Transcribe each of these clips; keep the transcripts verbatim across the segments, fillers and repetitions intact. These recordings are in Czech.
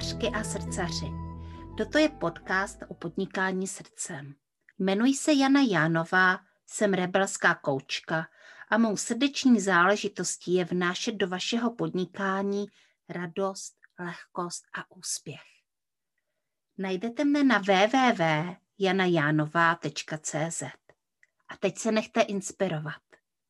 srdcařky a srdcaři. Toto je podcast o podnikání srdcem. Jmenuji se Jana Jánová, jsem rebelská koučka a mou srdeční záležitostí je vnášet do vašeho podnikání radost, lehkost a úspěch. Najdete mne na w w w tečka jana jánová tečka c z. A teď se nechte inspirovat.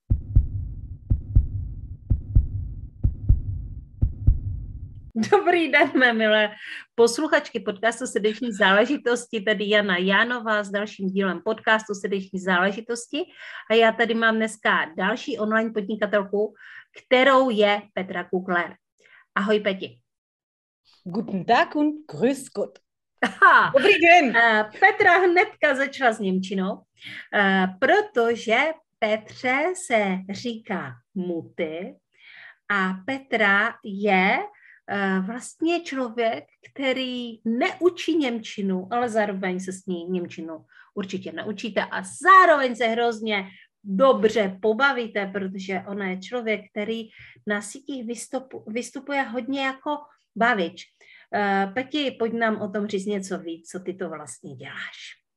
Dobrý den, mé milé posluchačky podcastu Srdeční záležitosti, tady Jana Jánová s dalším dílem podcastu Srdeční záležitosti. A já tady mám dneska další online podnikatelku, kterou je Petra Kukler. Ahoj, Peti. Guten Tag und grüß Gott. Aha. Dobrý den. Petra hnedka začala s němčinou, protože Petře se říká Muty a Petra je vlastně člověk, který neučí němčinu, ale zároveň se s ní němčinu určitě naučíte a zároveň se hrozně dobře pobavíte, protože ona je člověk, který na sítích vystupu, vystupuje hodně jako bavič. Uh, Peti, pojď nám o tom říct něco víc, co ty to vlastně děláš.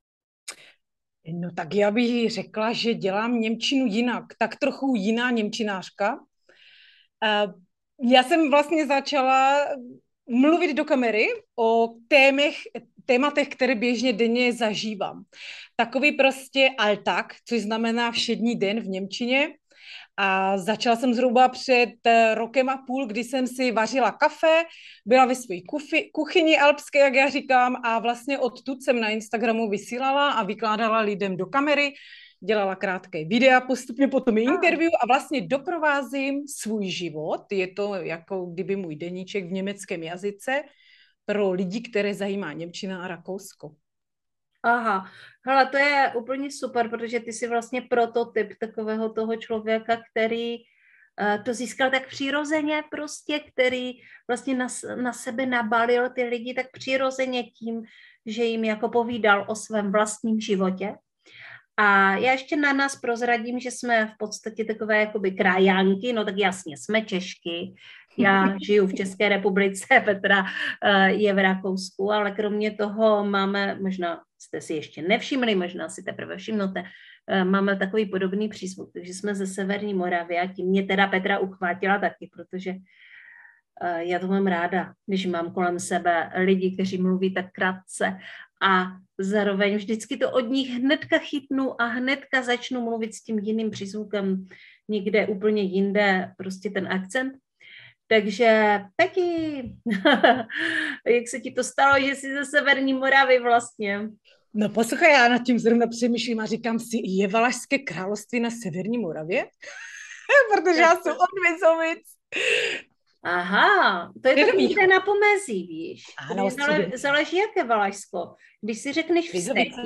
No tak já bych řekla, že dělám němčinu jinak, tak trochu jiná němčinářka. Uh, já jsem vlastně začala mluvit do kamery o témech, tématech, které běžně denně zažívám. Takový prostě Alltag, což znamená všední den v němčině. A začala jsem zhruba před rokem a půl, kdy jsem si vařila kafe, byla ve své kuchyni alpské, jak já říkám, a vlastně odtud jsem na Instagramu vysílala a vykládala lidem do kamery, dělala krátké videa, postupně potom interview a vlastně doprovázím svůj život. Je to jako kdyby můj deníček v německém jazyce pro lidi, které zajímá němčina a Rakousko. Aha, hele, to je úplně super, protože ty jsi vlastně prototyp takového toho člověka, který uh, to získal tak přirozeně prostě, který vlastně na, na sebe nabalil ty lidi tak přirozeně tím, že jim jako povídal o svém vlastním životě. A já ještě na nás prozradím, že jsme v podstatě takové jakoby krajánky, no tak jasně, jsme Češky, já žiju v České republice, Petra uh, je v Rakousku, ale kromě toho máme, možná jste si ještě nevšimli, možná si teprve všimnete, uh, máme takový podobný přízvuk, takže jsme ze Severní Moravy a tím mě teda Petra uchvátila taky, protože uh, já to mám ráda, když mám kolem sebe lidi, kteří mluví tak krátce a zároveň vždycky to od nich hnedka chytnu a hnedka začnu mluvit s tím jiným přízvukem někde úplně jinde, prostě ten akcent. Takže Peti, jak se ti to stalo, že jsi ze Severní Moravy vlastně? No poslouchaj, já nad tím zrovna přemýšlím a říkám si, je Valašské království na Severní Moravě? Protože já jsem od Vizovic. Aha, to je to někde na pomezí, víš. Ano, Zále, záleží, jaké Valašsko. Když si řekneš Vseky,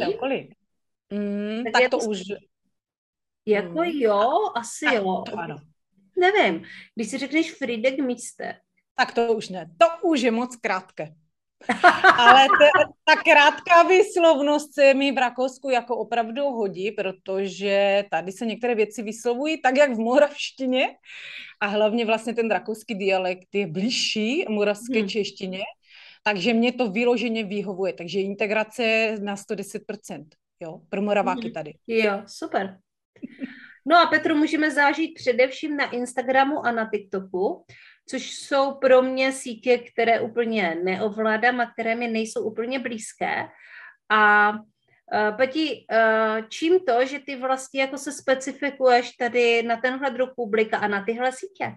mm, tak, tak jako, to už... Jako mm. jo, asi tak, jo. To ano. Nevím, když si řekneš Frýdek míste. Tak to už ne, to už je moc krátké. Ale te, ta krátká výslovnost se mi v Rakousku jako opravdu hodí, protože tady se některé věci vyslovují tak, jak v moravštině a hlavně vlastně ten rakouský dialekt je bližší moravské hmm. češtině, takže mě to vyloženě vyhovuje, takže integrace na sto deset procent, jo, pro Moraváky hmm. tady. Jo, super. No a Petru můžeme zážít především na Instagramu a na TikToku, což jsou pro mě sítě, které úplně neovládám a které mi nejsou úplně blízké. A uh, Peti, uh, čím to, že ty vlastně jako se specifikuješ tady na tenhle druh publika a na tyhle sítě?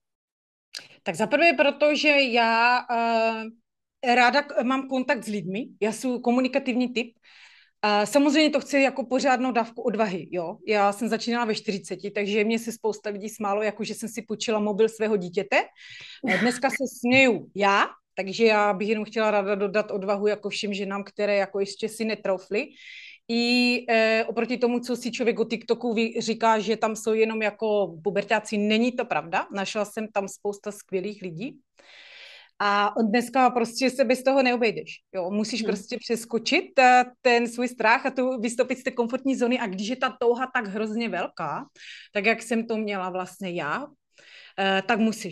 Tak zaprvé protože já uh, ráda mám kontakt s lidmi, já jsem komunikativní typ. A samozřejmě to chce jako pořádnou dávku odvahy, jo. Já jsem začínala ve čtyřiceti, takže mě se spousta lidí smálo, jako že jsem si půjčila mobil svého dítěte. Dneska se směju já, takže já bych jenom chtěla ráda dodat odvahu jako všem ženám, které jako ještě si netroufly. I e, oproti tomu, co si člověk o TikToku říká, že tam jsou jenom jako puberťáci, není to pravda. Našla jsem tam spousta skvělých lidí. A dneska prostě se bez toho neobejdeš. Jo? Musíš hmm. prostě přeskočit ten svůj strach a tu vystoupit z té komfortní zóny a když je ta touha tak hrozně velká, tak jak jsem to měla vlastně já, tak musíš.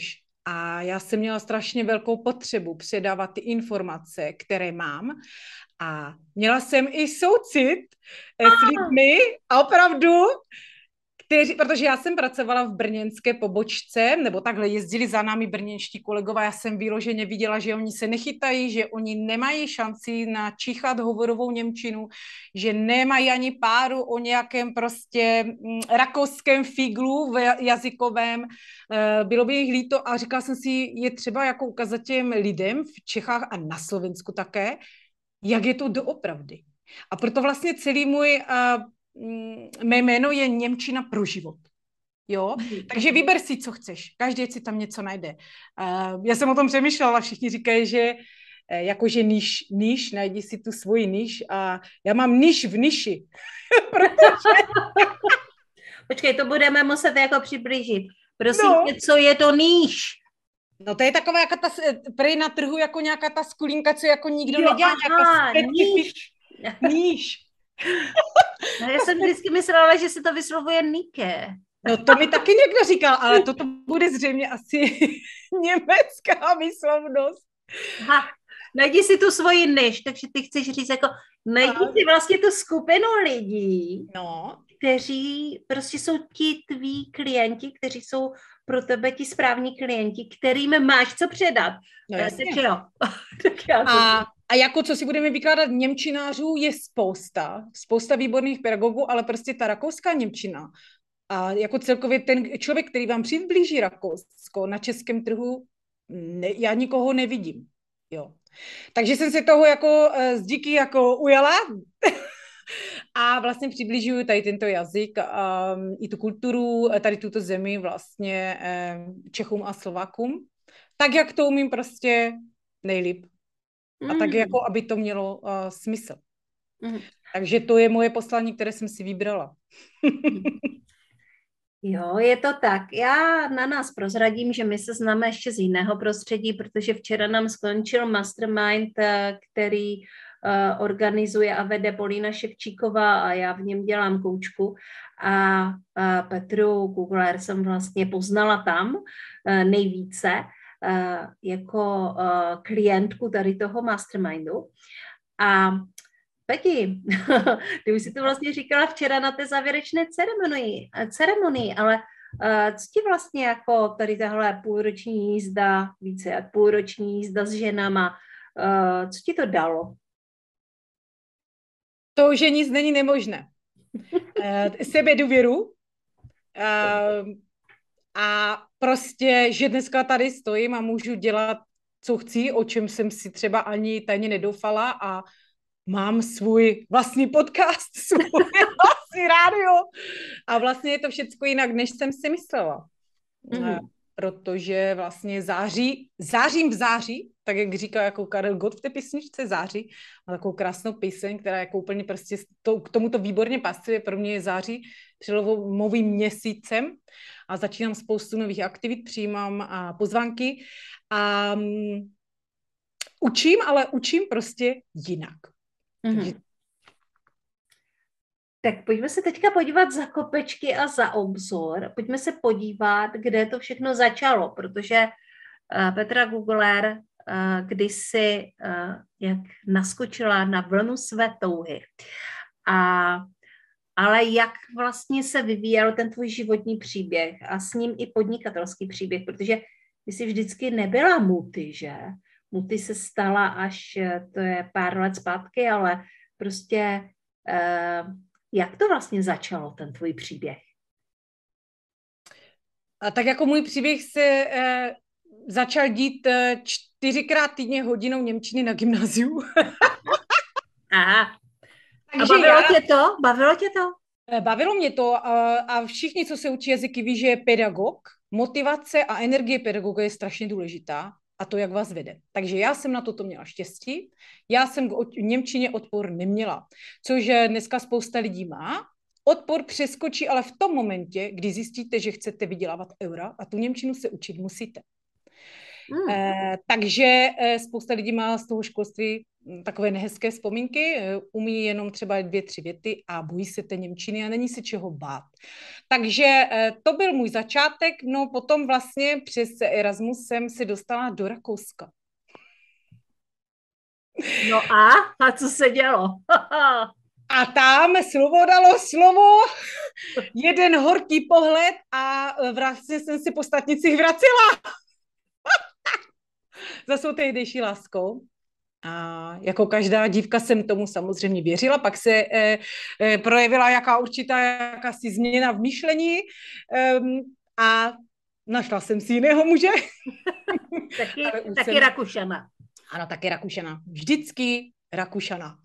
A já jsem měla strašně velkou potřebu předávat ty informace, které mám. A měla jsem i soucit s lidmi a opravdu, kteří, protože já jsem pracovala v brněnské pobočce, nebo takhle jezdili za námi brněnští kolegové, já jsem vyloženě viděla, že oni se nechytají, že oni nemají šanci načíchat hovorovou němčinu, že nemají ani páru o nějakém prostě mm, rakouském figlu v jazykovém. Bylo by jich líto a říkala jsem si, je třeba jako ukázat těm lidem v Čechách a na Slovensku také, jak je to doopravdy. A proto vlastně celý můj uh, mé jméno je Němčina pro život. Jo? Takže vyber si, co chceš. Každý si tam něco najde. Uh, já jsem o tom přemýšlela, všichni říkají, že uh, jakože níž, níž, najdi si tu svoji níž a já mám níž v niši. Protože... Počkej, to budeme muset jako přiblížit. Prosím no. tě, co je to níž? No to je taková jako ta, prej na trhu jako nějaká ta skulinka, co jako nikdo jo, nedělá. Aha, níž. Níž. No, já jsem vždycky myslela, že se to vyslovuje Nike. No to mi taky někdo říkal, ale toto bude zřejmě asi německá výslovnost. Aha, najdi si tu svoji niž, takže ty chceš říct jako, najdi si vlastně tu skupinu lidí, no. kteří prostě jsou ti tví klienti, kteří jsou pro tebe ti správní klienti, kterým máš co předat. No, takže jo. tak já to... A A jako co si budeme vykládat, němčinářů je spousta, spousta výborných pedagogů, ale prostě ta rakouská němčina a jako celkově ten člověk, který vám přiblíží Rakousko na českém trhu, ne, já nikoho nevidím. Jo. Takže jsem se toho jako z díky jako ujala a vlastně přibližuju tady tento jazyk a i tu kulturu, tady tuto zemi vlastně Čechům a Slovákům, tak jak to umím prostě nejlíp. A tak jako, aby to mělo uh, smysl. Mm. Takže to je moje poslání, které jsem si vybrala. Jo, je to tak. Já na nás prozradím, že my se známe ještě z jiného prostředí, protože včera nám skončil mastermind, který uh, organizuje a vede Polína Ševčíková a já v něm dělám koučku. A uh, Petru Kugler jsem vlastně poznala tam uh, nejvíce. Uh, jako uh, klientku tady toho mastermindu. A Peti, ty už si to vlastně říkala včera na té závěrečné ceremonii, ceremonii ale uh, co ti vlastně jako tady tahle půlroční jízda, více jak půlroční jízda s ženama, uh, co ti to dalo? To, že nic není nemožné. uh, sebedůvěru, uh, a prostě, že dneska tady stojím a můžu dělat, co chci, o čem jsem si třeba ani tajně nedoufala a mám svůj vlastní podcast, svůj vlastní rádio a vlastně je to všechno jinak, než jsem si myslela. Mm. Protože vlastně září, zářím v září, tak jak říká jako Karel Gott v té písničce Září, má takovou krásnou píseň, která jako úplně prostě to, k tomuto výborně pasuje. Pro mě je září přelomovým měsícem a začínám spoustu nových aktivit, přijímám a pozvánky a um, učím, ale učím prostě jinak. Mm-hmm. Takže... Tak pojďme se teďka podívat za kopečky a za obzor. Pojďme se podívat, kde to všechno začalo, protože uh, Petra Kugler uh, kdysi uh, jak naskočila na vlnu své touhy. A, ale jak vlastně se vyvíjel ten tvůj životní příběh a s ním i podnikatelský příběh, protože ty jsi vždycky nebyla muty, že? Muty se stala až, to je pár let zpátky, ale prostě uh, jak to vlastně začalo, ten tvůj příběh? A tak jako můj příběh se uh, začal dít uh, čtyřikrát týdně hodinou němčiny na gymnáziu. Aha. Takže a bavilo já... tě to? Bavilo tě to? Bavilo mě to a, a všichni, co se učí jazyky, ví, že je pedagog. Motivace a energie pedagoga je strašně důležitá a to, jak vás vede. Takže já jsem na toto měla štěstí. Já jsem k němčině odpor neměla, což dneska spousta lidí má. Odpor přeskočí, ale v tom momentě, kdy zjistíte, že chcete vydělávat eura a tu němčinu se učit musíte. Mm. Eh, takže eh, spousta lidí má z toho školství hm, takové nehezké vzpomínky, eh, umí jenom třeba dvě, tři věty a bojí se té němčiny a není se čeho bát. Takže eh, to byl můj začátek, no potom vlastně přes Erasmus jsem se dostala do Rakouska. No a? A co se dělo? A tam slovo dalo slovo, jeden horký pohled a vlastně jsem si po statnicích vracela za svou tehdejší láskou. A jako každá dívka jsem tomu samozřejmě věřila, pak se eh, eh, projevila jaká určitá jakási změna v myšlení eh, a našla jsem si jiného muže. Taky, taky jsem... Rakušana. Ano, taky Rakušana. Vždycky Rakušana.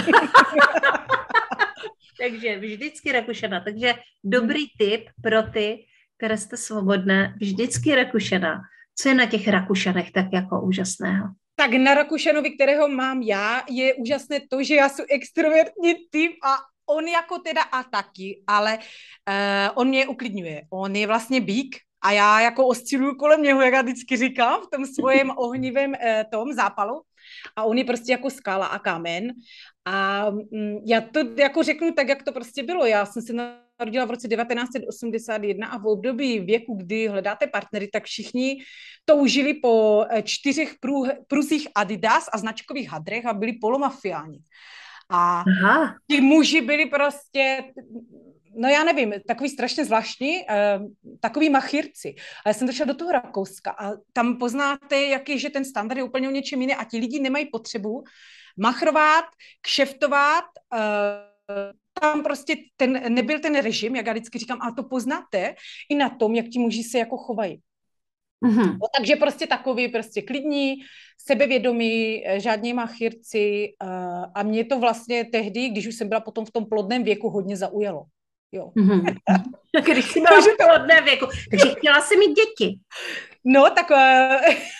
Takže vždycky Rakušana. Takže dobrý tip pro ty, které jste svobodné, vždycky Rakušana. Co je na těch Rakušanech tak jako úžasného? Tak na Rakušanovi, kterého mám já, je úžasné to, že já jsem extrovertní typ a on jako teda a taky, ale uh, on mě uklidňuje. On je vlastně bík a já jako osciluju kolem něho, jak já vždycky říkám, v tom svém ohnivém uh, tom zápalu. A on je prostě jako skala a kámen. A um, já to jako řeknu tak, jak to prostě bylo. Já jsem se narodila v roce devatenáct set osmdesát jedna a v období věku, kdy hledáte partnery, tak všichni toužili po čtyřech prů, pruzích Adidas a značkových hadrech a byli polomafiáni. A Aha. ti muži byli prostě, no já nevím, takový strašně zvláštní, uh, takový machirci. A já jsem došla do toho Rakouska a tam poznáte, jaký že ten standard je úplně o něčem jiný a ti lidi nemají potřebu machrovat, kšeftovat, uh, tam prostě ten, nebyl ten režim, jak já vždycky říkám, a to poznáte i na tom, jak ti muži se jako chovají. Mm-hmm. No, takže prostě takový prostě klidní, sebevědomí, žádní machirci uh, a mě to vlastně tehdy, když už jsem byla potom v tom plodném věku, hodně zaujalo. Jo. Mm-hmm. Když jsi byla v plodném věku, takže chtěla jsi mít děti. No, tak uh,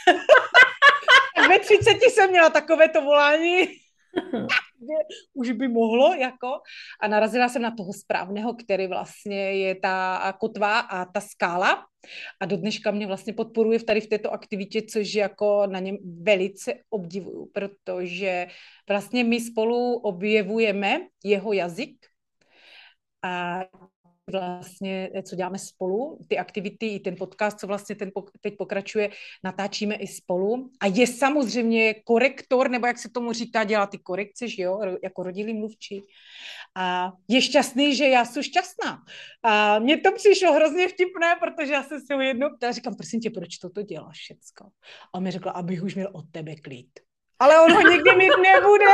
ve třiceti jsem měla takovéto volání. Už by mohlo, jako. A narazila jsem na toho správného, který vlastně je ta kotva a ta skála. A do dneška mě vlastně podporuje v tady v této aktivitě, což jako na něm velice obdivuju, protože vlastně my spolu objevujeme jeho jazyk a vlastně, co děláme spolu, ty aktivity i ten podcast, co vlastně ten teď pokračuje, natáčíme i spolu. A je samozřejmě korektor, nebo jak se tomu říká, dělá ty korekce, že jo, jako rodilý mluvčí. A je šťastný, že já jsem šťastná. A mně to přišlo hrozně vtipné, protože já jsem se ho jednou ptala, říkám, prosím tě, proč toto děláš všecko? A on mi řekl, abych už měl od tebe klid. Ale on ho nikdy mít nebude.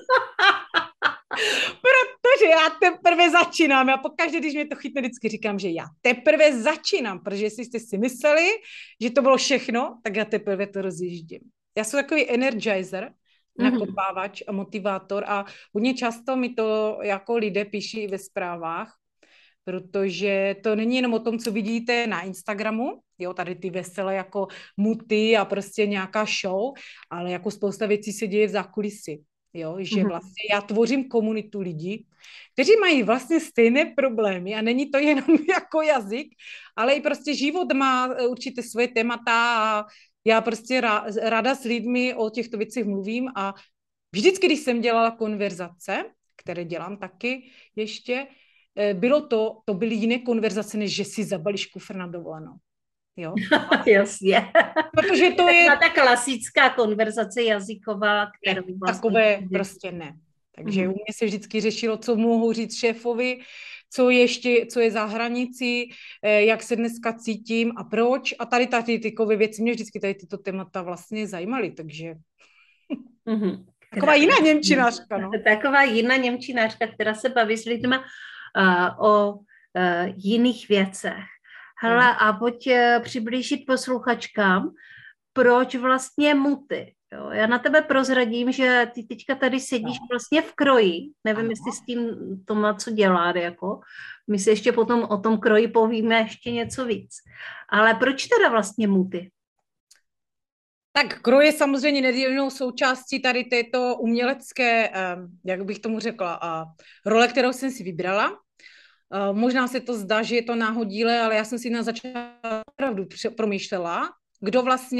Protože já teprve začínám. Já pokaždé, když mě to chytne, vždycky říkám, že já teprve začínám, protože jestli jste si mysleli, že to bylo všechno, tak já teprve to rozjíždím. Já jsem takový energizer, nakopávač a motivátor a hodně často mi to jako lidé píší ve zprávách, protože to není jenom o tom, co vidíte na Instagramu, jo, tady ty veselé jako muty a prostě nějaká show, ale jako spousta věcí se děje v zákulisí. Jo, že vlastně já tvořím komunitu lidí, kteří mají vlastně stejné problémy a není to jenom jako jazyk, ale i prostě život má určité svoje témata a já prostě ráda s lidmi o těchto věcech mluvím a vždycky, když jsem dělala konverzace, které dělám taky ještě, bylo to, to byly jiné konverzace, než že si zabalíš kufr na dovolenou. Jo? Jasně. Protože to je... ta klasická konverzace jazyková, kterou vlastně... Takové prostě ne. Takže mm. u mě se vždycky řešilo, co mohou říct šéfovi, co ještě, co je za hranicí, jak se dneska cítím a proč. A tady tady takové věci mě vždycky tady tyto témata vlastně zajímaly, takže... Mm-hmm. Taková jiná němčinářka, no. Taková jiná němčinářka, která se baví s lidmi uh, o uh, jiných věcech. Hele, a pojď přiblížit posluchačkám, proč vlastně muty. Jo? Já na tebe prozradím, že ty teďka tady sedíš no. vlastně v kroji. Nevím, ano. jestli s tím to má co dělat. Jako. My si ještě potom o tom kroji povíme ještě něco víc. Ale proč teda vlastně muty? Tak kroj je samozřejmě nedílnou součástí tady této umělecké, jak bych tomu řekla, role, kterou jsem si vybrala. Uh, možná se to zdá, že je to náhodíle, ale já jsem si na začátku opravdu promýšlela, kdo vlastně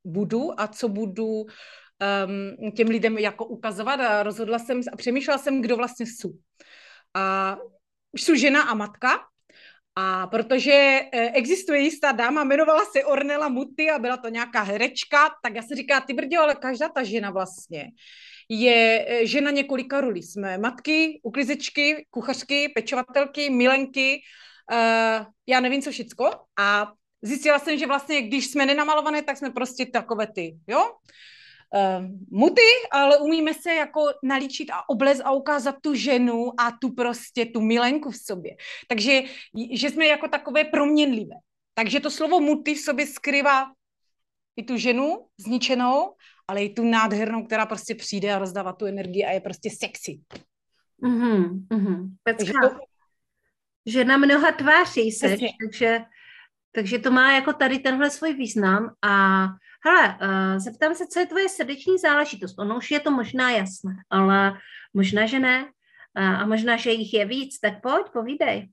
budu a co budu um, těm lidem jako ukazovat a rozhodla jsem a přemýšlela jsem, kdo vlastně jsou. A už jsou žena a matka a protože existuje jistá dáma, jmenovala se Ornella Muti a byla to nějaká herečka, tak já si říká, ty brďo, ale každá ta žena vlastně je žena několika rolí. Jsme matky, uklizečky, kuchařky, pečovatelky, milenky, uh, já nevím co všecko a zjistila jsem, že vlastně, když jsme nenamalované, tak jsme prostě takové ty, jo? Uh, muty, ale umíme se jako nalíčit a oblez a ukázat tu ženu a tu prostě, tu milenku v sobě. Takže, že jsme jako takové proměnlivé. Takže to slovo muty v sobě skrývá i tu ženu zničenou, ale i tu nádhernou, která prostě přijde a rozdává tu energii a je prostě sexy. Mhm, mhm. Pecka, To... žena mnoha tváří seš, takže, takže to má jako tady tenhle svůj význam a hele, uh, zeptám se, co je tvoje srdeční záležitost. Ono už je to možná jasné, ale možná, že ne. Uh, a možná, že jich je víc, tak pojď, povídej.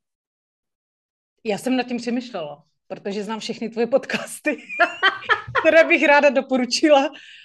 Já jsem nad tím přemýšlela, protože znám všechny tvoje podcasty, které bych ráda doporučila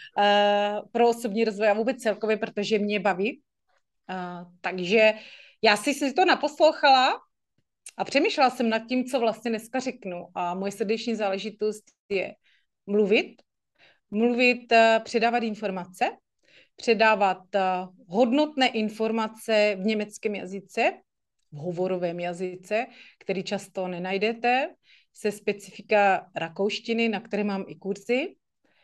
uh, pro osobní rozvoj a vůbec celkově, protože mě baví. Uh, takže já si si to naposlouchala a přemýšlela jsem nad tím, co vlastně dneska řeknu. A moje srdeční záležitost je mluvit, mluvit, předávat informace, předávat hodnotné informace v německém jazyce, v hovorovém jazyce, který často nenajdete, se specifika rakouštiny, na které mám i kurzy.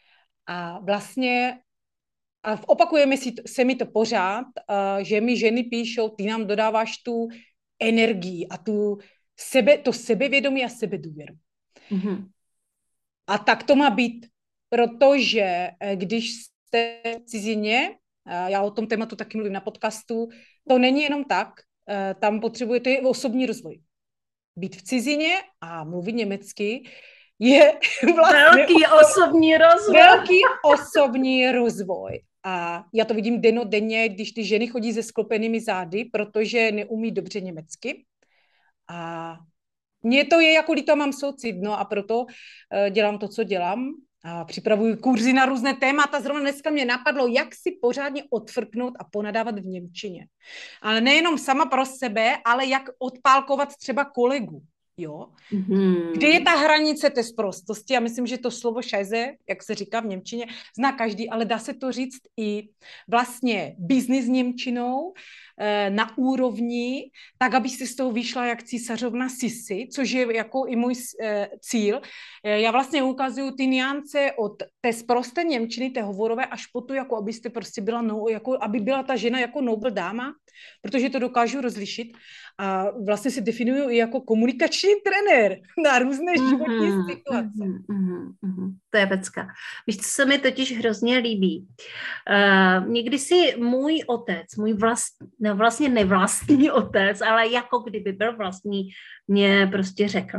A vlastně a opakujeme si, se mi to pořád, že mi ženy píšou, ty nám dodáváš tu energii a tu sebe, to sebevědomí a sebedůvěru. Mm-hmm. A tak to má být, protože když jste v cizině, já o tom tématu taky mluvím na podcastu, to není jenom tak, tam potřebujete osobní rozvoj. Být v cizině a mluvit německy je vlastně velký osobní rozvoj. Velký osobní rozvoj. A já to vidím dennodenně, když ty ženy chodí se sklopenými zády, protože neumí dobře německy. A mně to je, jako líto mám soucit, no a proto uh, dělám to, co dělám. A připravuju kurzy na různé témata. Zrovna dneska mě napadlo, jak si pořádně odfrknout a ponadávat v němčině. Ale nejenom sama pro sebe, ale jak odpálkovat třeba kolegu. Jo? Mm-hmm. Kde je ta hranice té sprostosti? Já myslím, že to slovo šajze, jak se říká v němčině, zná každý, ale dá se to říct i vlastně business němčinou e, na úrovni, tak, aby si z toho vyšla jak císařovna Sisi, což je jako i můj e, cíl. E, já vlastně ukazuju ty niance od té sprosté němčiny, té hovorové, až po to, jako abyste prostě byla, no, jako, aby byla ta žena jako noble dáma, protože to dokážu rozlišit. A vlastně se definuju i jako komunikační trenér na různé životní mm-hmm, situace. Mm-hmm, mm-hmm. To je pecka. Víš, co se mi totiž hrozně líbí? Uh, někdy si můj otec, můj vlast, no vlastně nevlastní otec, ale jako kdyby byl vlastní, mě prostě řekl.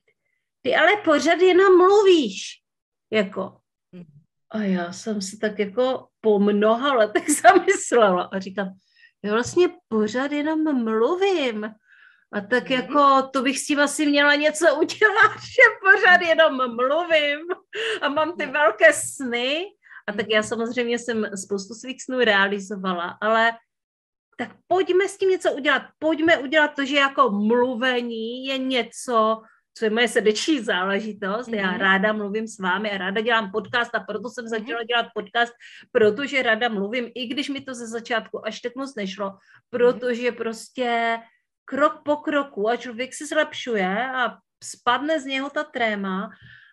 Ty ale pořád jenom mluvíš. Jako. A já jsem si tak jako po mnoha letech zamyslela a říkám, já vlastně pořád jenom mluvím. A tak jako to bych s tím asi měla něco udělat, že pořád jenom mluvím a mám ty velké sny. A tak já samozřejmě jsem spoustu svých snů realizovala, ale tak pojďme s tím něco udělat. Pojďme udělat to, že jako mluvení je něco, co je moje srdeční záležitost. Mm-hmm. Já ráda mluvím s vámi a ráda dělám podcast a proto jsem začala dělat podcast, protože ráda mluvím, i když mi to ze začátku až tak moc nešlo, protože prostě krok po kroku a člověk se zlepšuje a spadne z něho ta tréma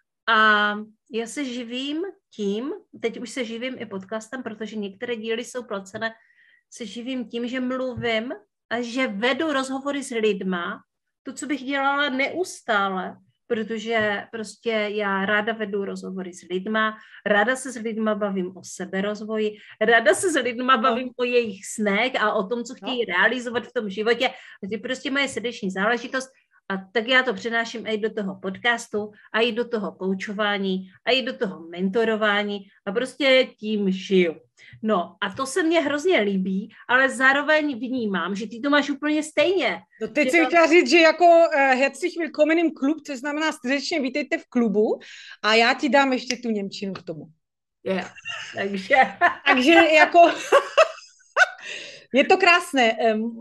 a já se živím tím, teď už se živím i podcastem, protože některé díly jsou placené, se živím tím, že mluvím a že vedu rozhovory s lidma, to, co bych dělala neustále, protože prostě já ráda vedu rozhovory s lidma, ráda se s lidma bavím o seberozvoji, ráda se s lidma bavím o jejich snech a o tom, co chtějí realizovat v tom životě. To je prostě moje srdeční záležitost A tak já to přenáším i do toho podcastu, a i do toho koučování, a i do toho mentorování a prostě tím žiju. No a to se mně hrozně líbí, ale zároveň vnímám, že ty to máš úplně stejně. No teď jsem chtěla říct, že jako uh, herzlich willkommen im Klub, což znamená srdečně vítejte v klubu a já ti dám ještě tu němčinu k tomu. Yeah. Takže... Takže jako je to krásné.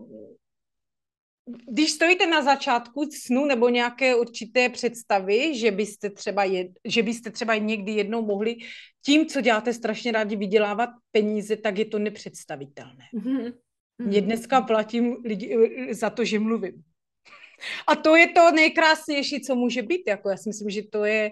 Když stojíte na začátku snu nebo nějaké určité představy, že byste třeba, jed, že byste třeba někdy jednou mohli tím, co děláte strašně rádi, vydělávat peníze, tak je to nepředstavitelné. Mm-hmm. Mě dneska platím lidi za to, že mluvím. A to je to nejkrásnější, co může být. Jako já si myslím, že to je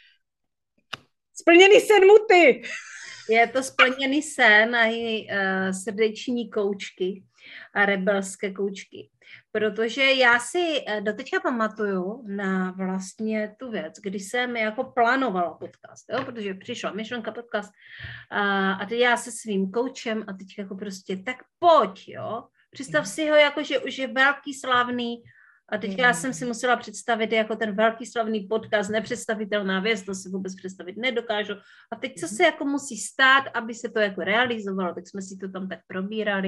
splněný sen Muty. Je to splněný sen a i uh, srdeční koučky a rebelské koučky. Protože já si doteďka pamatuju na vlastně tu věc, kdy jsem jako plánovala podcast, jo? Protože přišla myšlenka podcast a, a teď já se svým koučem a teď jako prostě tak pojď, jo. Představ si ho jako, že už je velký slavný a teď já jsem si musela představit jako ten velký slavný podcast, nepředstavitelná věc, to si vůbec představit nedokážu. A teď co se jako musí stát, aby se to jako realizovalo, tak jsme si to tam tak probírali.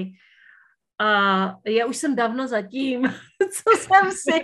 A já už jsem dávno zatím, co jsem si,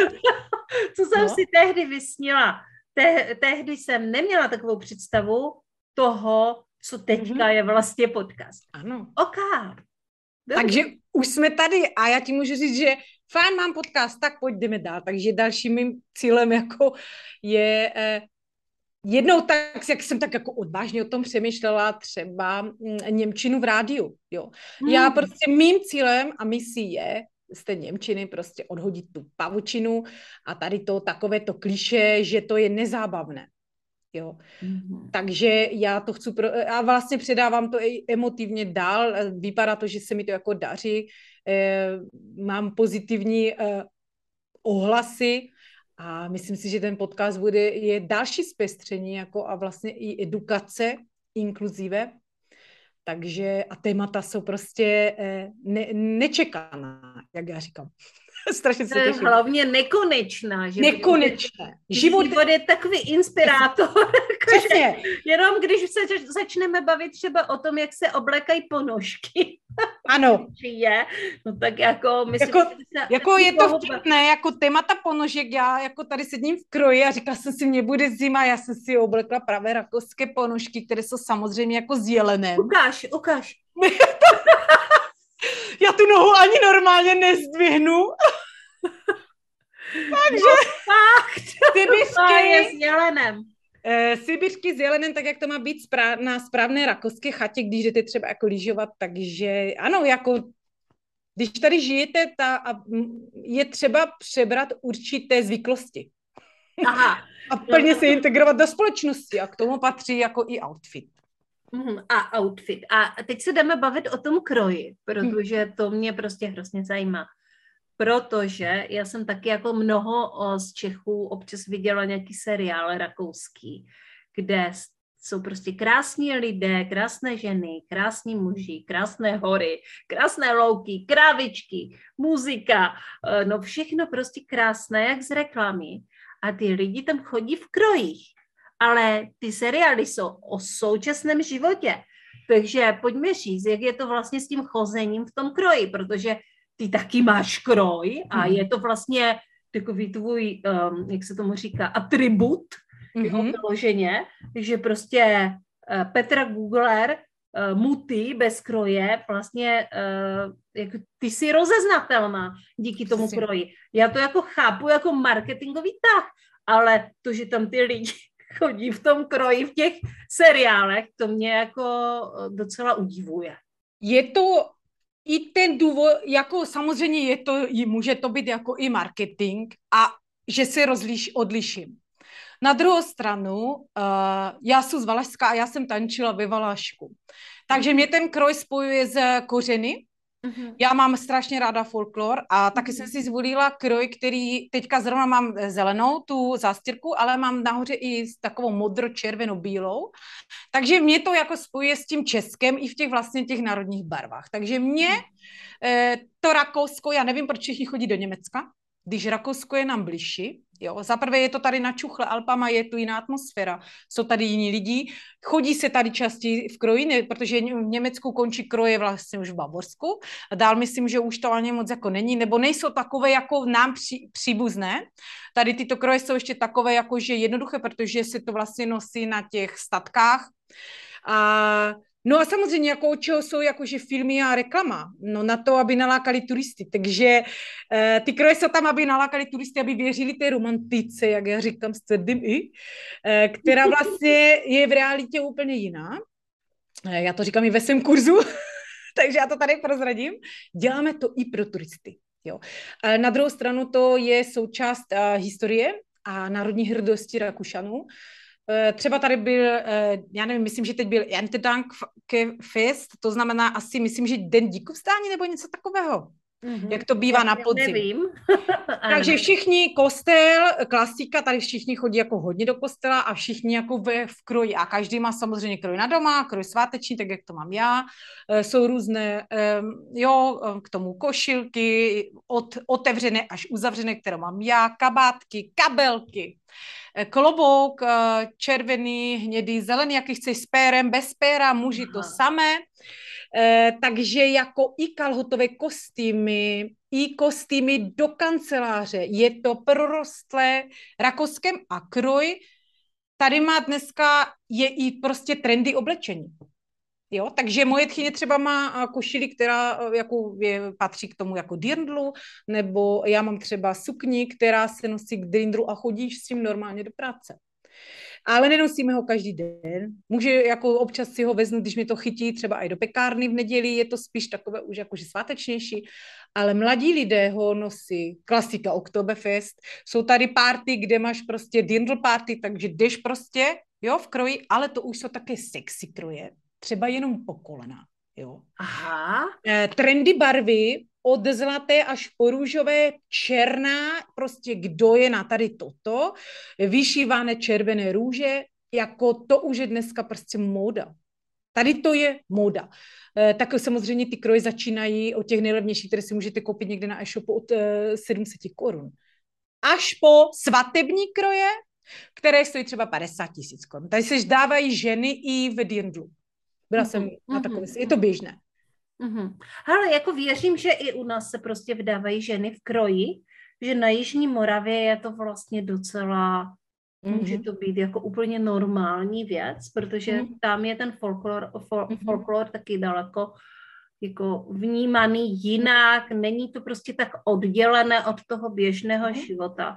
co jsem no. si tehdy vysnila. Te, tehdy jsem neměla takovou představu toho, co teďka mm-hmm. je vlastně podcast. Ano. OK. Dobře. Takže už jsme tady a já ti můžu říct, že fajn, mám podcast, tak pojďme dál. Takže dalším mým cílem jako je... Eh, jednou tak, jak jsem tak jako odvážně o tom přemýšlela, třeba němčinu v rádiu, jo. Hmm. Já prostě mým cílem a misí je z té němčiny prostě odhodit tu pavučinu a tady to takové to klišé, že to je nezábavné, jo. Hmm. Takže já to chci, pro, a vlastně předávám to i emotivně dál, vypadá to, že se mi to jako daří, eh, mám pozitivní eh, ohlasy, a myslím si, že ten podcast bude, je další zpestření jako a vlastně i edukace inkluzive. Takže a témata jsou prostě ne, nečekaná, jak já říkám. Strašně se těším. Hlavně nekonečná. Že Nekonečné. Život, život je takový inspirátor. Přesně. Jenom když se začneme bavit třeba o tom, jak se oblékají ponožky. Ano. Je, no tak jako... Myslím, jako, se, jako je to vtipné, jako témata ponožek, já jako tady sedím v kroji a říkala jsem si, mě bude zima, já jsem si oblekla pravé rakouské ponožky, které jsou samozřejmě jako z jelenem. Ukáž, ukáž. Já tu nohu ani normálně nezdvihnu. Takže... No, fakt. Sibiřky je s jelenem. E, Sibiřky s jelenem, tak jak to má být správ, na správné rakouské chatě, když jdete třeba jako lyžovat, takže ano, jako když tady žijete, ta, a je třeba přebrat určité zvyklosti. Aha. A plně se integrovat do společnosti a k tomu patří jako i outfit. A outfit. A teď se jdeme bavit o tom kroji, protože to mě prostě hrozně zajímá. Protože já jsem taky jako mnoho z Čechů občas viděla nějaký seriál rakouský, kde jsou prostě krásní lidé, krásné ženy, krásní muži, krásné hory, krásné louky, krávičky, muzika, no všechno prostě krásné, jak z reklamy. A ty lidi tam chodí v krojích. Ale ty seriály jsou o současném životě. Takže pojďme říct, jak je to vlastně s tím chozením v tom kroji, protože ty taky máš kroj a je to vlastně takový tvůj, um, jak se tomu říká, atribut, mm-hmm. vyloženě, že prostě uh, Petra Googler, uh, Muty bez kroje, vlastně uh, jako, ty jsi rozeznatelná díky tomu Jsi. kroji. Já to jako chápu jako marketingový tah, ale to, že tam ty lidi chodí v tom kroji, v těch seriálech, to mě jako docela udivuje. Je to i ten důvod, jako samozřejmě je to, může to být jako i marketing a že se rozliš, odliším. Na druhou stranu, uh, já jsem z Valašska a já jsem tančila ve Valašku. Takže mě ten kroj spojuje s kořeny. Uh-huh. Já mám strašně ráda folklor a taky uh-huh. jsem si zvolila kroj, který teďka zrovna mám zelenou, tu zástěrku, ale mám nahoře i s takovou modro-červeno-bílou. Takže mě to jako spojuje s tím Českem i v těch vlastně těch národních barvách. Takže mě uh-huh. eh, to Rakousko, já nevím, proč všichni chodí do Německa, když Rakousko je nám bližší. Jo, zaprvé je to tady na Čuchle Alpama, je tu jiná atmosféra, jsou tady jiní lidi, chodí se tady častěji v kroji, ne, protože v Německu končí kroje vlastně už v Bavorsku a dál myslím, že už to ani moc jako není, nebo nejsou takové jako nám při, příbuzné. Tady tyto kroje jsou ještě takové jakože jednoduché, protože se to vlastně nosí na těch statkách. A no a samozřejmě, jako od čeho jsou jakože filmy a reklama, no na to, aby nalákali turisty, takže e, ty kroje jsou tam, aby nalákali turisty, aby věřili té romantice, jak já říkám s tvrdým i, e, která vlastně je v realitě úplně jiná. E, já to říkám i ve svém kurzu, takže já to tady prozradím. Děláme to i pro turisty. Jo. E, na druhou stranu to je součást e, historie a národní hrdosti Rakušanů. Třeba tady byl, já nevím, myslím, že teď byl Erntedankfest, to znamená asi, myslím, že Den díkovstání nebo něco takového. Mm-hmm. Jak to bývá já, na podzim. Nevím. Takže všichni kostel, klasika, tady všichni chodí jako hodně do kostela a všichni jako v, v kroji. A každý má samozřejmě kroj na doma, kroj sváteční, tak jak to mám já. Jsou různé, jo, k tomu košilky, od, otevřené až uzavřené, které mám já, kabátky, kabelky, klobouk, červený, hnědý, zelený, jaký chceš s pérem, bez péra, muži to samé. Eh, takže jako i kalhotové kostýmy, i kostýmy do kanceláře, je to prorostlé Rakouskem a kroj. Tady má dneska je i prostě trendy oblečení. Jo, takže moje tchyně třeba má košili, která jako je, patří k tomu jako dirndlu, nebo já mám třeba sukni, která se nosí k dirndlu a chodíš s tím normálně do práce. Ale nenosíme ho každý den. Může jako občas si ho veznu, když mi to chytí třeba i do pekárny v neděli, je to spíš takové už jakože svátečnější, ale mladí lidé ho nosí, klasika Oktoberfest, jsou tady party, kde máš prostě dirndl party, takže jdeš prostě, jo, v kroji, ale to už jsou také sexy kroje, třeba jenom po kolena, jo. Aha. E, trendy barvy, od zlaté až po růžové, černá, prostě kdo je na tady toto, vyšívané červené růže, jako to už je dneska prostě móda. Tady to je móda. E, tak samozřejmě ty kroje začínají od těch nejlevnějších, které si můžete koupit někde na e-shopu od e, sedm set korun. Až po svatební kroje, které stojí třeba padesát tisíc korun. Tady se dávají ženy i v dirndlu. Byla jsem uh-huh, na takové, uh-huh. Je to běžné. Uhum. Ale jako věřím, že i u nás se prostě vydávají ženy v kroji, že na Jižní Moravě je to vlastně docela, mm-hmm. může to být jako úplně normální věc, protože mm-hmm. tam je ten folklor, fol, mm-hmm. folklor taky daleko jako vnímaný jinak, není to prostě tak oddělené od toho běžného mm-hmm. života,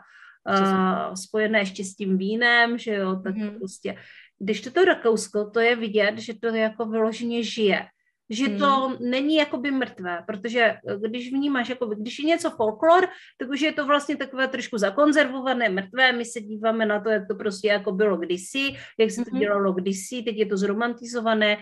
uh, spojené ještě s tím vínem, že jo, tak mm-hmm. prostě, když toto Rakousko, to je vidět, že to jako vyloženě žije. Že to hmm. není jakoby mrtvé, protože když vnímáš, jakoby, když je něco folklor, tak už je to vlastně takové trošku zakonzervované, mrtvé, my se díváme na to, jak to prostě jako bylo kdysi, jak se to hmm. dělalo kdysi, teď je to zromantizované,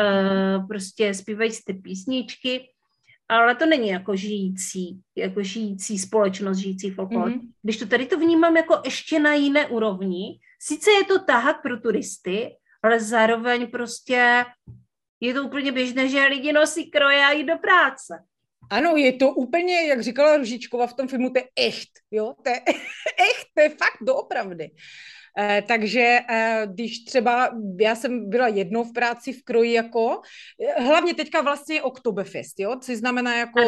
uh, prostě zpívají ty písničky, ale to není jako žijící, jako žijící společnost, žijící folklor. Hmm. Když to tady to vnímám jako ještě na jiné úrovni, sice je to tahák pro turisty, ale zároveň prostě je to úplně běžné, že lidi nosí kroje a jít do práce. Ano, je to úplně, jak říkala Ružičková v tom filmu, to je echt, jo, to je echt, to je fakt doopravdy. Eh, takže eh, když třeba, já jsem byla jednou v práci v kroji jako, hlavně teďka vlastně Oktoberfest, jo, což znamená jako,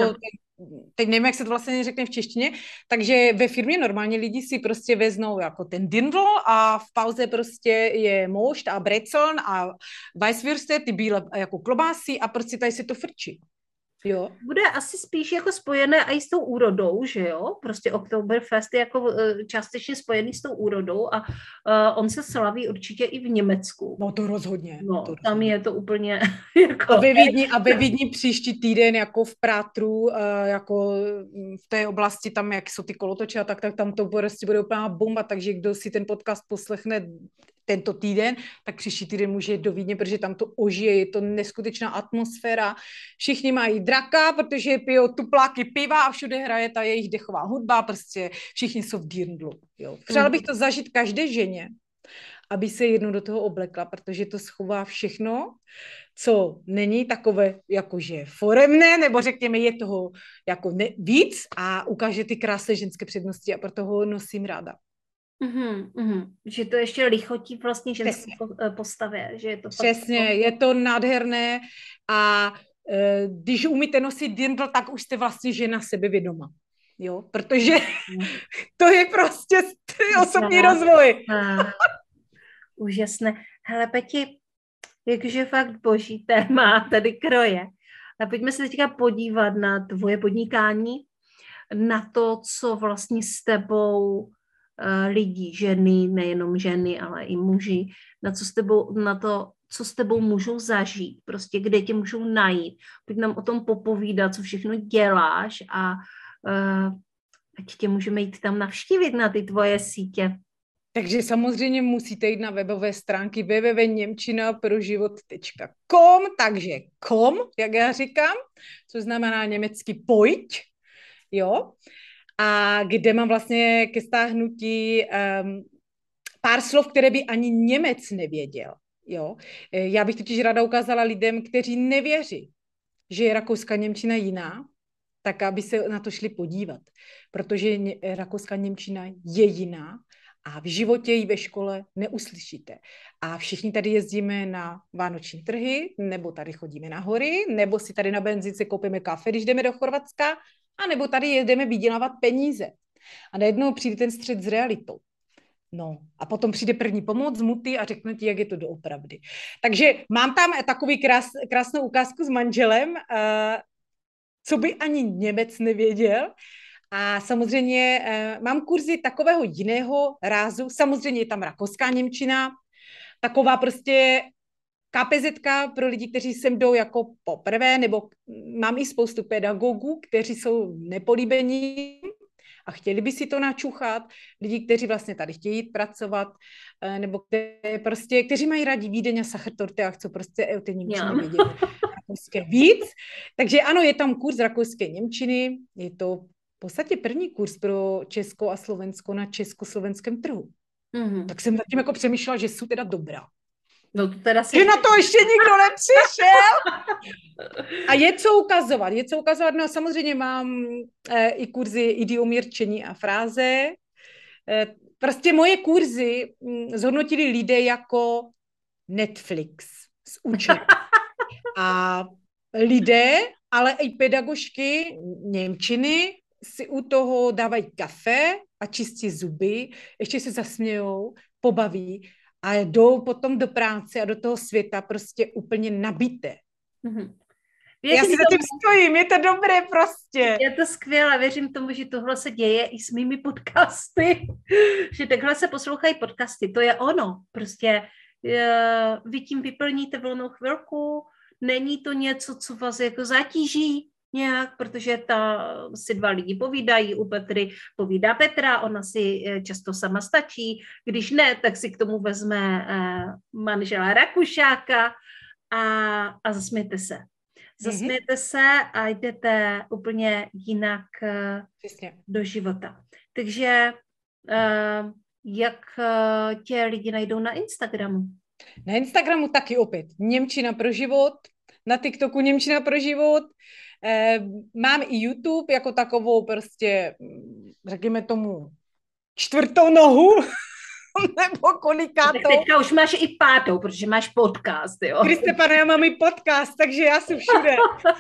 teď nevím, jak se to vlastně řekne v češtině, takže ve firmě normálně lidi si prostě veznou jako ten dirndl a v pauze prostě je mošt a breceln a weisswürste, ty bílé jako klobásy a prostě tady se to frčí. Jo. Bude asi spíš jako spojené i s tou úrodou, že jo? Prostě Oktoberfest je jako částečně spojený s tou úrodou a uh, on se slaví určitě i v Německu. No to rozhodně. No, to tam rozhodně. Je to úplně jako... A ve Vídni, a ve Vídni příští týden jako v Prátru, uh, jako v té oblasti tam, jak jsou ty kolotoče a tak, tak tam to prostě bude úplná bomba, takže kdo si ten podcast poslechne tento týden, tak příští týden může jít do Vídně, protože tam to ožije, je to neskutečná atmosféra. Všichni mají draka, protože pijou tupláky piva a všude hraje ta jejich dechová hudba, prostě všichni jsou v dirndlu. Jo. Přála bych to zažít každé ženě, aby se jednou do toho oblekla, protože to schová všechno, co není takové jakože foremné, nebo řekněme je toho jako ne, víc a ukáže ty krásné ženské přednosti a proto ho nosím ráda. Mm-hmm, mm-hmm. Že to ještě lichotí vlastně ženské Přesně. postavě, že je to Přesně, fakt... je to nádherné a e, když umíte nosit dirndl, tak už jste vlastně žena sebevědoma. Jo, protože to je prostě osobní rozvoj. Úžasné. Hele, Peti, jakože fakt boží téma tady kroje. A pojďme se teďka podívat na tvoje podnikání, na to, co vlastně s tebou uh, lidi, ženy, nejenom ženy, ale i muži, na co s tebou, na to, co s tebou můžou zažít, prostě kde tě můžou najít. Pojď nám o tom popovídat, co všechno děláš a uh, ať tě můžeme jít tam navštívit na ty tvoje sítě. Takže samozřejmě musíte jít na webové stránky w w w tečka němčina pro život tečka com, takže com, jak já říkám, což znamená německy pojď, jo, a kde mám vlastně ke stáhnutí um, pár slov, které by ani Němec nevěděl, jo. Já bych totiž ráda ukázala lidem, kteří nevěří, že je rakouská němčina jiná, tak aby se na to šli podívat, protože rakouská němčina je jiná, a v životě ji ve škole neuslyšíte. A všichni tady jezdíme na vánoční trhy, nebo tady chodíme na hory, nebo si tady na benzince koupíme kafe, když jdeme do Chorvatska, a nebo tady jedeme vydělávat peníze. A najednou přijde ten střed s realitou. No, a potom přijde první pomoc z muty a řekne ti, jak je to doopravdy. Takže mám tam takový krás, krásnou ukázku s manželem, uh, co by ani Němec nevěděl. A samozřejmě eh, mám kurzy takového jiného rázu. Samozřejmě je tam rakouská němčina, taková prostě KPZka pro lidi, kteří sem jdou jako poprvé, nebo mám i spoustu pedagogů, kteří jsou nepolíbení a chtěli by si to načuchat. Lidi, kteří vlastně tady chtějí jít pracovat, eh, nebo které prostě, kteří mají rádi Vídeň a Sachertorte a chcou prostě o té němčině vědět rakouské víc. Takže ano, je tam kurz rakouské němčiny, je to v podstatě první kurz pro Česko a Slovensko na československém trhu. Mm-hmm. Tak jsem nad tím jako přemýšlela, že jsou teda dobrá. No to teda si... Že na to ještě nikdo nepřišel. A je co ukazovat, je co ukazovat. No samozřejmě mám eh, i kurzy idiomy, rčení a fráze. Eh, prostě moje kurzy hm, zhodnotili lidé jako Netflix s učením. A lidé, ale i pedagožky němčiny si u toho dávají kafe a čistí zuby, ještě se zasmějou, pobaví a jdou potom do práce a do toho světa prostě úplně nabité. Mm-hmm. Já si za tím stojím, je to dobré prostě. Je to skvělé, věřím tomu, že tohle se děje i s mými podcasty, že takhle se poslouchají podcasty, to je ono, prostě vy tím vyplníte volnou chvilku, není to něco, co vás jako zatíží nějak, protože ta si dva lidi povídají, u Petry povídá Petra, ona si často sama stačí, když ne, tak si k tomu vezme manžela Rakušáka a, a zasmějte se. Zasmějte mm-hmm. se a jdete úplně jinak Přesně. do života. Takže jak tě lidi najdou na Instagramu? Na Instagramu taky opět Němčina pro život, na TikToku Němčina pro život, eh, mám i YouTube jako takovou prostě, řekněme tomu, čtvrtou nohu, nebo kolikátou. Tak teďka už máš i pátou, protože máš podcast, jo. Kriste pane, já mám i podcast, takže já jsem všude.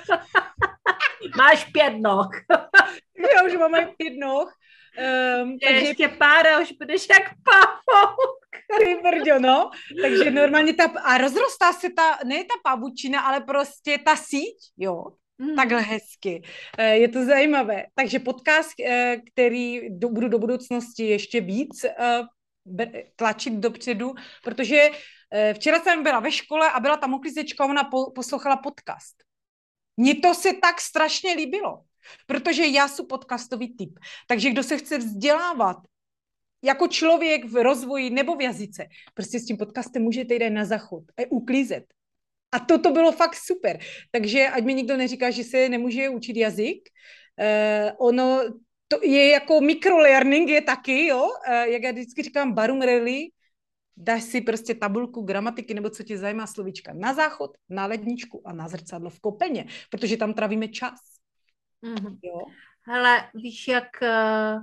Máš pět noh. Já už mám i pět noh. Um, takže... Ještě pár a už budeš jak pavouk. Ty brďo, no. Takže normálně ta, a rozrostá se ta, ne ta pavučina, ale prostě ta síť, jo. Mm. Takhle hezky. Je to zajímavé. Takže podcast, který do, budu do budoucnosti ještě víc tlačit dopředu, protože včera jsem byla ve škole a byla tam uklízečka, ona po, poslouchala podcast. Mně to se tak strašně líbilo, protože já jsem podcastový typ. Takže kdo se chce vzdělávat jako člověk v rozvoji nebo v jazyce, prostě s tím podcastem můžete jít na záchod a uklízet. A toto bylo fakt super. Takže ať mi nikdo neříká, že se nemůže učit jazyk, eh, ono to je jako microlearning je taky, jo, eh, jak já vždycky říkám, barum rally, dáš si prostě tabulku gramatiky nebo co tě zajímá slovíčka na záchod, na ledničku a na zrcadlo v kopeně, protože tam trávíme čas. Mm-hmm. Jo? Hele, víš, jak... Uh...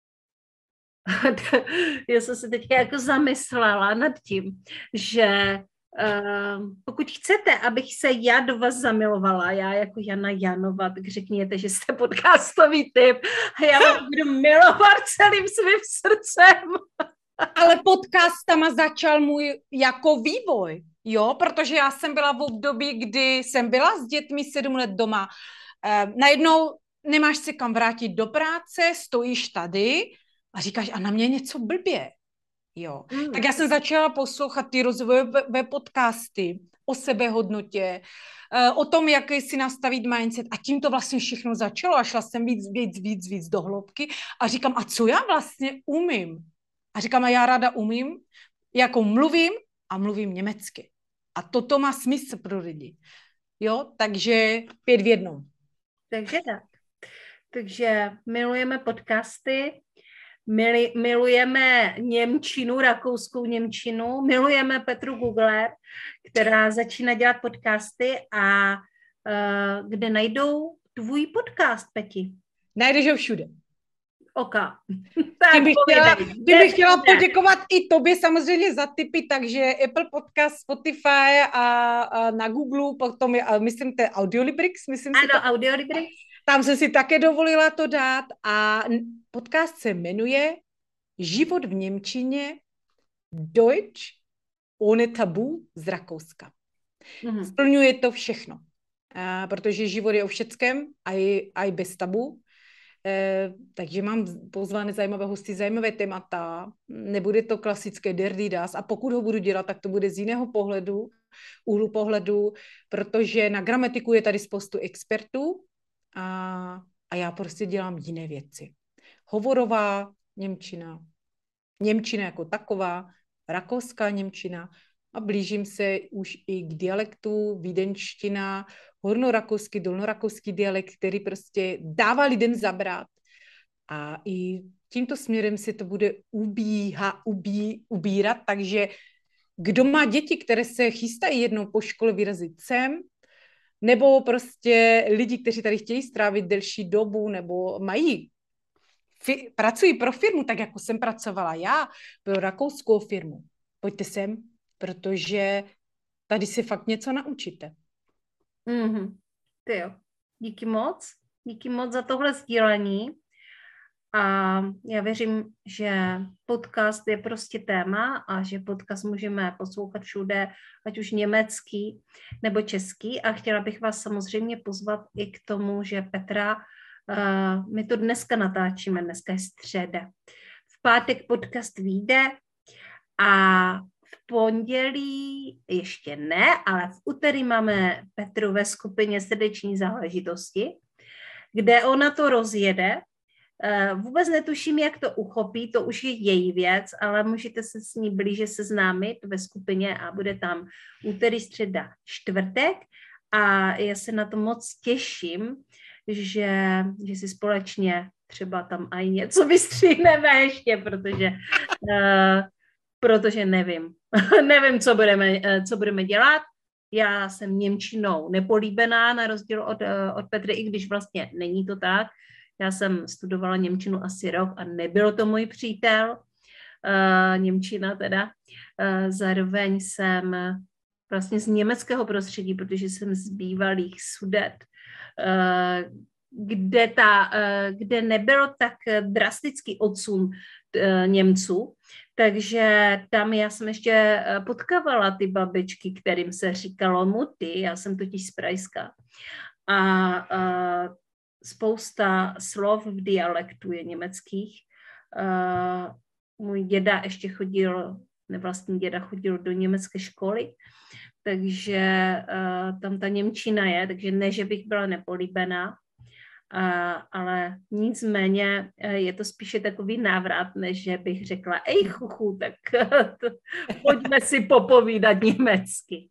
já jsem se teďka jako zamyslela nad tím, že uh, pokud chcete, abych se já do vás zamilovala, já jako Jana Janova, tak řekněte, že jste podcastový typ a já vás budu milovat celým svým srdcem. Ale podcastama začal můj jako vývoj, jo, protože já jsem byla v období, kdy jsem byla s dětmi sedm let doma. Uh, najednou nemáš se kam vrátit do práce, stojíš tady a říkáš, a na mě něco blbě. Jo. Mm. Tak já jsem začala poslouchat ty rozvojové podcasty o sebehodnotě, o tom, jak si nastavit mindset a tím to vlastně všechno začalo a šla jsem víc, víc, víc, víc do hloubky a říkám, a co já vlastně umím? A říkám, a já ráda umím, jako mluvím a mluvím německy. A toto má smysl pro lidi. Jo, takže pět v jednom. Takže tak. Takže milujeme podcasty, Mili, milujeme němčinu, rakouskou němčinu, milujeme Petru Googler, která začíná dělat podcasty a uh, kde najdou tvůj podcast, Peti? Najdeš ho všude. Oka. Tak bych chtěla, bych chtěla poděkovat i tobě samozřejmě za tipy, takže Apple Podcast, Spotify a, a na Google, potom je, myslím, to je Audiolibrix, myslím ano, si. Ano, Audiolibrix. Tam jsem si také dovolila to dát a podcast se jmenuje Život v němčině Deutsch ohne Tabu z Rakouska. Mm-hmm. Splňuje to všechno, a, protože život je o všeckém a i bez tabu. E, takže mám pozvané zajímavé hosty, zajímavé témata, nebude to klasické dirty das a pokud ho budu dělat, tak to bude z jiného pohledu, úhlu pohledu, protože na gramatiku je tady spoustu expertů a, a já prostě dělám jiné věci. Hovorová němčina, němčina jako taková, rakouská němčina a blížím se už i k dialektu, vídeňština, hornorakouský, dolnorakouský dialekt, který prostě dává lidem zabrat. A i tímto směrem se to bude ubíha, ubí, ubírat, takže kdo má děti, které se chystají jednou po škole vyrazit sem, nebo prostě lidi, kteří tady chtějí strávit delší dobu, nebo mají, fi, pracují pro firmu, tak jako jsem pracovala já, pro rakouskou firmu. Pojďte sem, protože tady si fakt něco naučíte. Mm-hmm. Ty jo. Díky moc. Díky moc za tohle sdílení. A já věřím, že podcast je prostě téma a že podcast můžeme poslouchat všude, ať už německý nebo český. A chtěla bych vás samozřejmě pozvat i k tomu, že Petra, uh, my to dneska natáčíme, dneska je středa. V pátek podcast vyjde a v pondělí ještě ne, ale v úterý máme Petru ve skupině Srdeční záležitosti, kde ona to rozjede. Vůbec netuším, jak to uchopí, to už je její věc, ale můžete se s ní blíže seznámit ve skupině a bude tam úterý, středa, čtvrtek a já se na to moc těším, že, že si společně třeba tam aj něco vystříhneme ještě, protože, uh, protože nevím. nevím, co budeme, co budeme dělat. Já jsem němčinou nepolíbená, na rozdíl od, od Petry, i když vlastně není to tak. Já jsem studovala němčinu asi rok a nebyl to můj přítel, uh, němčina teda. Uh, zároveň jsem vlastně z německého prostředí, protože jsem z bývalých Sudet, uh, kde, ta, uh, kde nebyl tak drastický odsun uh, Němců, takže tam já jsem ještě potkávala ty babičky, kterým se říkalo muty, já jsem totiž z Prajska. A uh, spousta slov v dialektu je německých. Uh, můj děda ještě chodil, nevlastní děda chodil do německé školy, takže uh, tam ta němčina je, takže ne, že bych byla nepolíbená, uh, ale nicméně uh, je to spíše takový návrat, než že bych řekla, ej chuchu, tak to, pojďme si popovídat německy.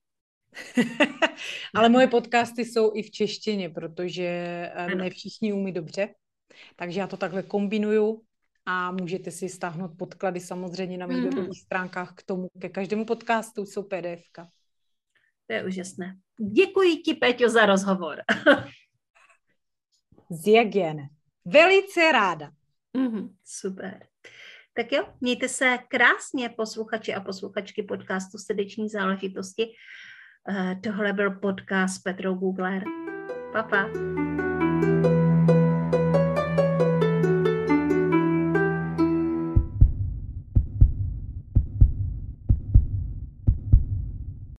Ale moje podcasty jsou i v češtině, protože ano. Ne všichni umí dobře, takže já to takhle kombinuju a můžete si stáhnout podklady samozřejmě na mých mm. webových stránkách k tomu, ke každému podcastu jsou pé dé efka. To je úžasné. Děkuji ti, Peťo, za rozhovor. Zjagěne. Velice ráda. Mm, super. Tak jo, mějte se krásně, posluchači a posluchačky podcastu Srdeční záležitosti. Uh, tohle byl podcast s Petrou Googler. Pa, pa.